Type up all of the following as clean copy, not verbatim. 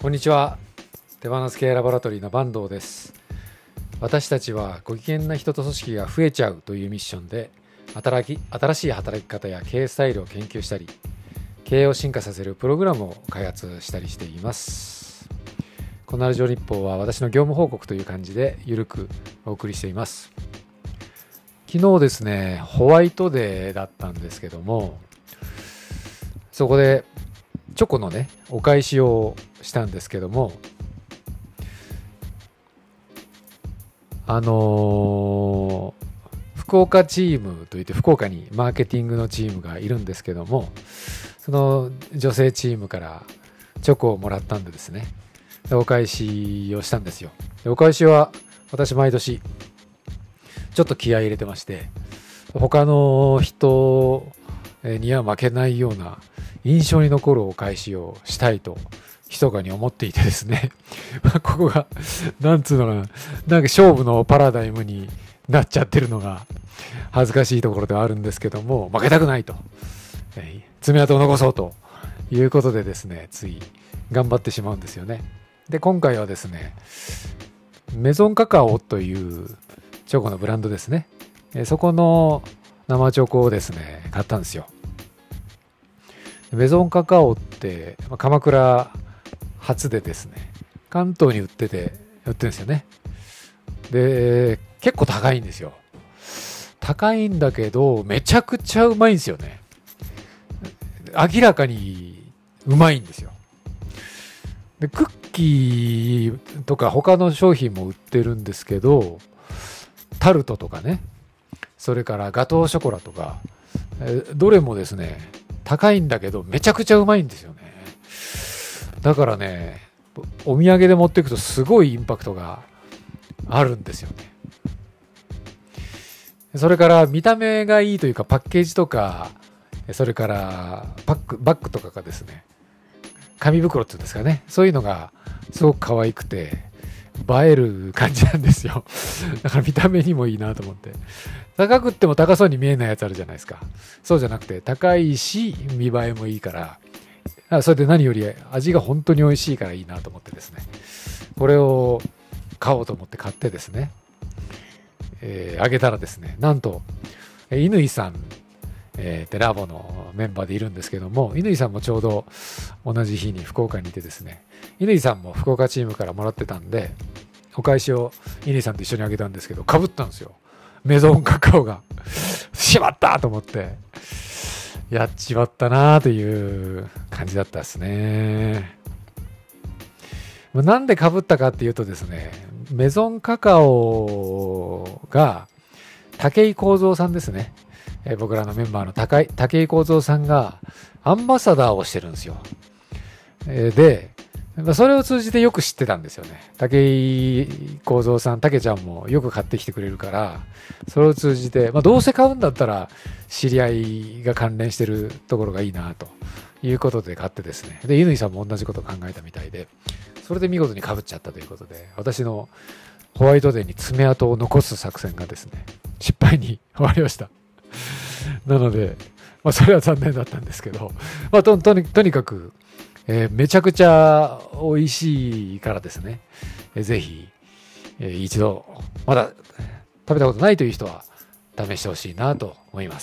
こんにちは。手放す系ラボラトリーの坂東です。私たちはご機嫌な人と組織が増えちゃうというミッションで新しい働き方や経営スタイルを研究したり、経営を進化させるプログラムを開発したりしています。このラジオ日報は私の業務報告という感じでゆるくお送りしています。昨日ですね、ホワイトデーだったんですけども、そこでチョコのねお返しをしたんですけども、福岡チームといって福岡にマーケティングのチームがいるんですけども、その女性チームからチョコをもらったんでですね、お返しをしたんですよ。お返しは私毎年ちょっと気合い入れてまして、他の人には負けないような印象に残るお返しをしたいと密かに思っていてですねここがなんつうのかな、なんか勝負のパラダイムになっちゃってるのが恥ずかしいところではあるんですけども、負けたくないと、爪痕を残そうということでですね、つい頑張ってしまうんですよね。で、今回はですね、メゾンカカオというチョコのブランドですね、そこの生チョコをですね買ったんですよ。メゾンカカオって鎌倉初でですね、関東に売ってるんですよね。で、結構高いんですよ。高いんだけどめちゃくちゃうまいんですよね。明らかにうまいんですよ。で、クッキーとか他の商品も売ってるんですけど、タルトとかね、それからガトーショコラとか、どれもですね高いんだけどめちゃくちゃうまいんですよね。だからね、お土産で持っていくとすごいインパクトがあるんですよね。それから見た目がいいというか、パッケージとか、それからバッグとかがですね、紙袋っていうんですかね、そういうのがすごく可愛くて映える感じなんですよ。だから見た目にもいいなと思って。高くっても高そうに見えないやつあるじゃないですか。そうじゃなくて高いし見栄えもいいから、それで何より味が本当に美味しいからいいなと思ってですね、これを買おうと思って買ってですね、あげたらですね、なんと乾さん、でラボのメンバーでいるんですけども、乾さんもちょうど同じ日に福岡にいてですね、乾さんも福岡チームからもらってたんで、お返しを乾さんと一緒にあげたんですけど、かぶったんですよ、メゾンカカオが。しまったと思って、やっちまったなという感じだったですね。なんでかぶったかっていうとですね、メゾンカカオが武井幸三さんですね、僕らのメンバーの武井幸三さんがアンバサダーをしてるんですよ。で、それを通じてよく知ってたんですよね。武井幸三さん、武ちゃんもよく買ってきてくれるから、それを通じて、どうせ買うんだったら知り合いが関連してるところがいいなということで買ってですね。で、乾さんも同じことを考えたみたいで、それで見事に被っちゃったということで、私のホワイトデーに爪痕を残す作戦がですね、失敗に終わりました。なので、それは残念だったんですけど、とにかく、めちゃくちゃ美味しいからですね、ぜひ、一度まだ食べたことないという人は試してほしいなと思います。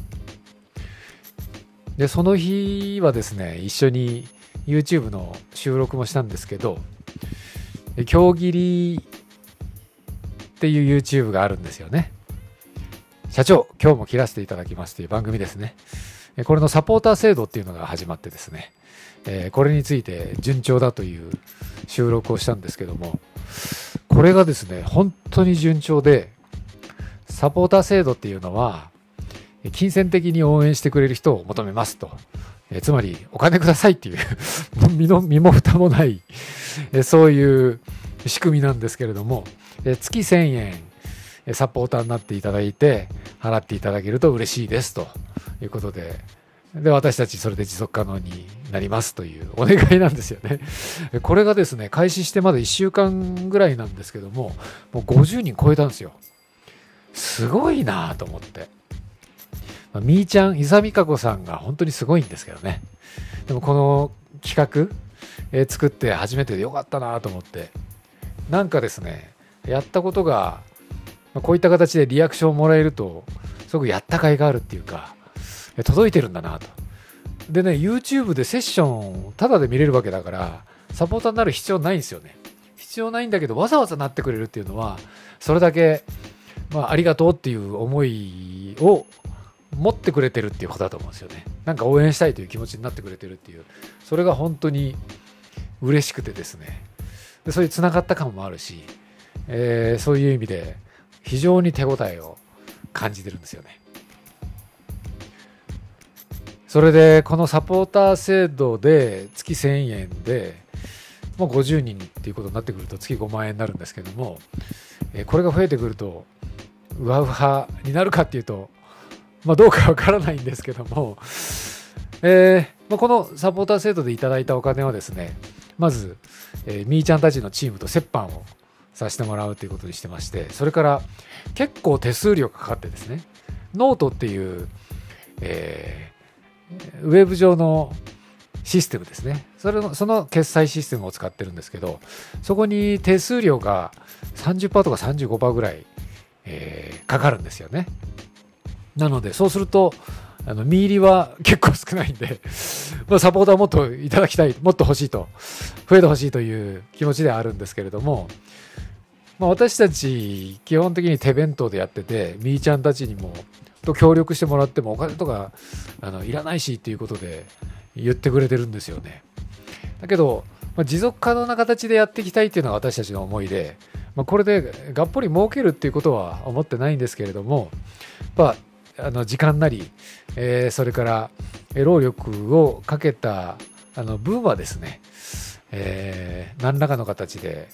で、その日はですね、一緒に YouTube の収録もしたんですけど、京切りっていう YouTube があるんですよね。社長、今日も切らせていただきますという番組ですね。これのサポーター制度っていうのが始まってですね、これについて順調だという収録をしたんですけども、これがですね本当に順調で、サポーター制度っていうのは金銭的に応援してくれる人を求めますと、つまりお金くださいっていう身も蓋もないそういう仕組みなんですけれども、月1000円サポーターになっていただいて払っていただけると嬉しいですということで、私たちそれで持続可能になりますというお願いなんですよね。これがですね、開始してまだ1週間ぐらいなんですけども、もう50人超えたんですよ。すごいなと思って。みーちゃん、伊佐美香子さんが本当にすごいんですけどね。でもこの企画、 作って初めてでよかったなと思って、なんかですね、やったことがこういった形でリアクションをもらえるとすごくやった甲斐があるっていうか、届いてるんだなと。でね、 YouTube でセッションタダで見れるわけだからサポーターになる必要ないんですよね。必要ないんだけど、わざわざなってくれるっていうのはそれだけ、ありがとうっていう思いを持ってくれてるっていうことだと思うんですよね。なんか応援したいという気持ちになってくれてるっていう、それが本当に嬉しくてですね。でそういうつながった感もあるし、そういう意味で非常に手応えを感じてるんですよね。それでこのサポーター制度で月1000円でもう50人っていうことになってくると月5万円になるんですけども、これが増えてくるとウハウハになるかっていうと、どうかわからないんですけども、このサポーター制度でいただいたお金はですね、まず、みーちゃんたちのチームと折半をさせてもらうということにしてまして、それから結構手数料がかかってですね、ノートっていう、ウェブ上のシステムですね、その決済システムを使ってるんですけど、そこに手数料が 30% とか 35% ぐらい、かかるんですよね。なのでそうすると見入りは結構少ないんで、サポーターもっといただきたい、もっと欲しいと、増えてほしいという気持ちではあるんですけれども、私たち基本的に手弁当でやってて、みーちゃんたちにもと協力してもらってもお金とかいらないしっていうことで言ってくれてるんですよね。だけど、持続可能な形でやっていきたいっていうのが私たちの思いで、これでがっぽり儲けるっていうことは思ってないんですけれども、時間なり、それから労力をかけた分はですね、何らかの形で、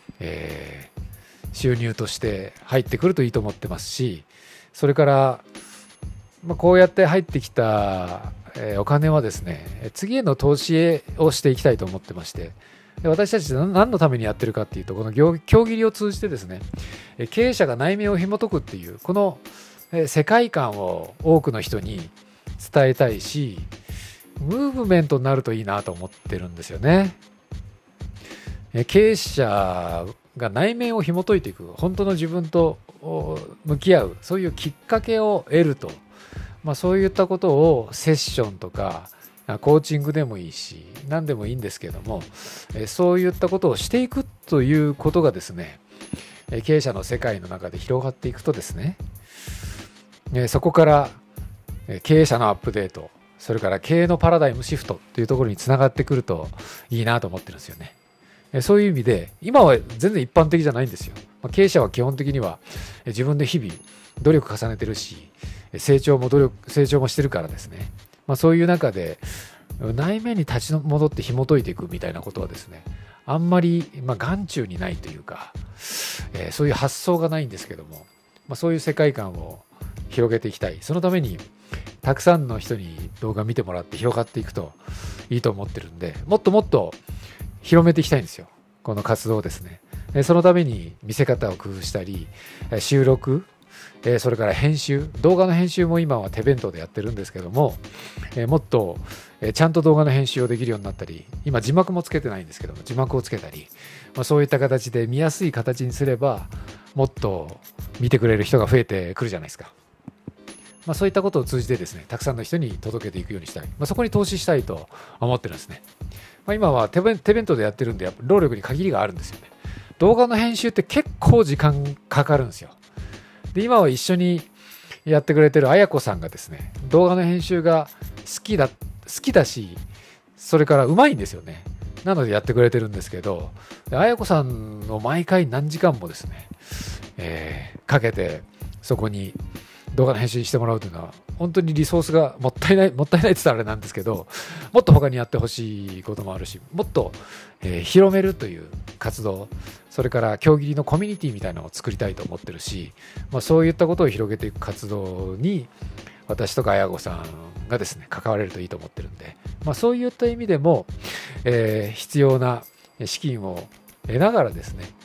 収入として入ってくるといいと思ってますし、それから、こうやって入ってきた、お金はですね、次への投資をしていきたいと思ってまして、で私たち何のためにやってるかっていうと、この競技りを通じてですね、経営者が内面を紐解くっていうこの世界観を多くの人に伝えたいし、ムーブメントになるといいなと思ってるんですよね。経営者が内面を紐解いていく、本当の自分と向き合う、そういうきっかけを得ると、そういったことをセッションとかコーチングでもいいし何でもいいんですけども、そういったことをしていくということがですね、経営者の世界の中で広がっていくとですね、そこから経営者のアップデート、それから経営のパラダイムシフトというところにつながってくるといいなと思ってるんですよね。そういう意味で今は全然一般的じゃないんですよ。経営者は基本的には自分で日々努力重ねてるし、成長もしてるからですね、そういう中で内面に立ち戻って紐解いていくみたいなことはですね、あんまり眼中にないというか、そういう発想がないんですけども、そういう世界観を広げていきたい。そのためにたくさんの人に動画見てもらって広がっていくといいと思ってるんで、もっともっと広めていきたいんですよ、この活動をですね。そのために見せ方を工夫したり、収録、それから編集、動画の編集も今は手弁当でやってるんですけども、もっとちゃんと動画の編集をできるようになったり、今字幕もつけてないんですけども字幕をつけたり、そういった形で見やすい形にすればもっと見てくれる人が増えてくるじゃないですか。そういったことを通じてですね、たくさんの人に届けていくようにしたい、そこに投資したいと思ってるんですね。今は手弁当でやってるんで、労力に限りがあるんですよね。動画の編集って結構時間かかるんですよ。で、今は一緒にやってくれてるあやこさんがですね、動画の編集が好きだし、それからうまいんですよね。なのでやってくれてるんですけど、あやこさんを毎回何時間もですね、かけてそこに動画の編集してもらうというのは本当にリソースがもったいないって言ったらあれなんですけど、もっと他にやってほしいこともあるし、もっと、広めるという活動、それから競技のコミュニティみたいなのを作りたいと思ってるし、そういったことを広げていく活動に私とか綾子さんがですね関われるといいと思ってるんで、そういった意味でも、必要な資金を得ながらですね、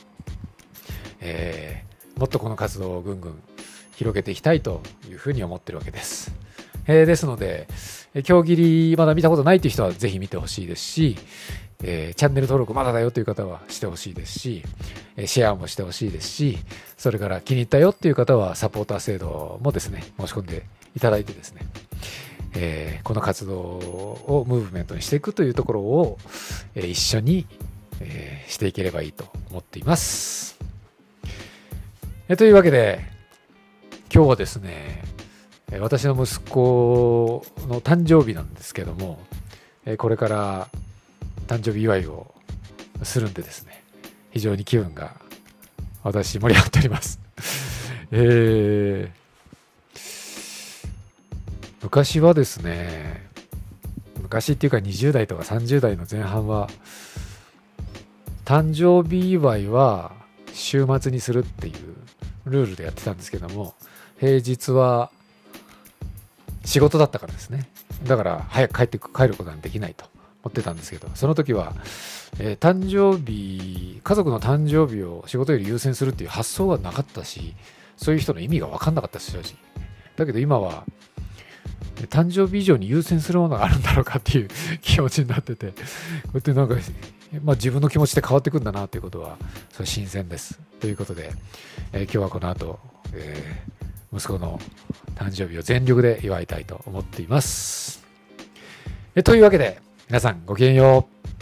もっとこの活動をぐんぐん広げていきたいというふうに思ってるわけです。ですので、競技まだ見たことないという人はぜひ見てほしいですし、 チャンネル登録まだだよという方はしてほしいですし、シェアもしてほしいですし、それから気に入ったよっていう方はサポーター制度もですね、申し込んでいただいてですね、この活動をムーブメントにしていくというところを、一緒に、していければいいと思っています。というわけで、今日はですね、私の息子の誕生日なんですけども、これから誕生日祝いをするんでですね、非常に気分が私盛り上がっております。昔はですね、昔っていうか20代とか30代の前半は、誕生日祝いは週末にするっていうルールでやってたんですけども、平日は仕事だったからですね。だから早く帰ることができないと思ってたんですけど、その時は、誕生日、家族の誕生日を仕事より優先するっていう発想がなかったし、そういう人の意味が分かんなかったです、正直。だけど今は、誕生日以上に優先するものがあるんだろうかっていう気持ちになってて、こうやってなんか、自分の気持ちで変わってくんだなということは、それ新鮮です。ということで、今日はこの後、息子の誕生日を全力で祝いたいと思っています。というわけで、皆さんごきげんよう。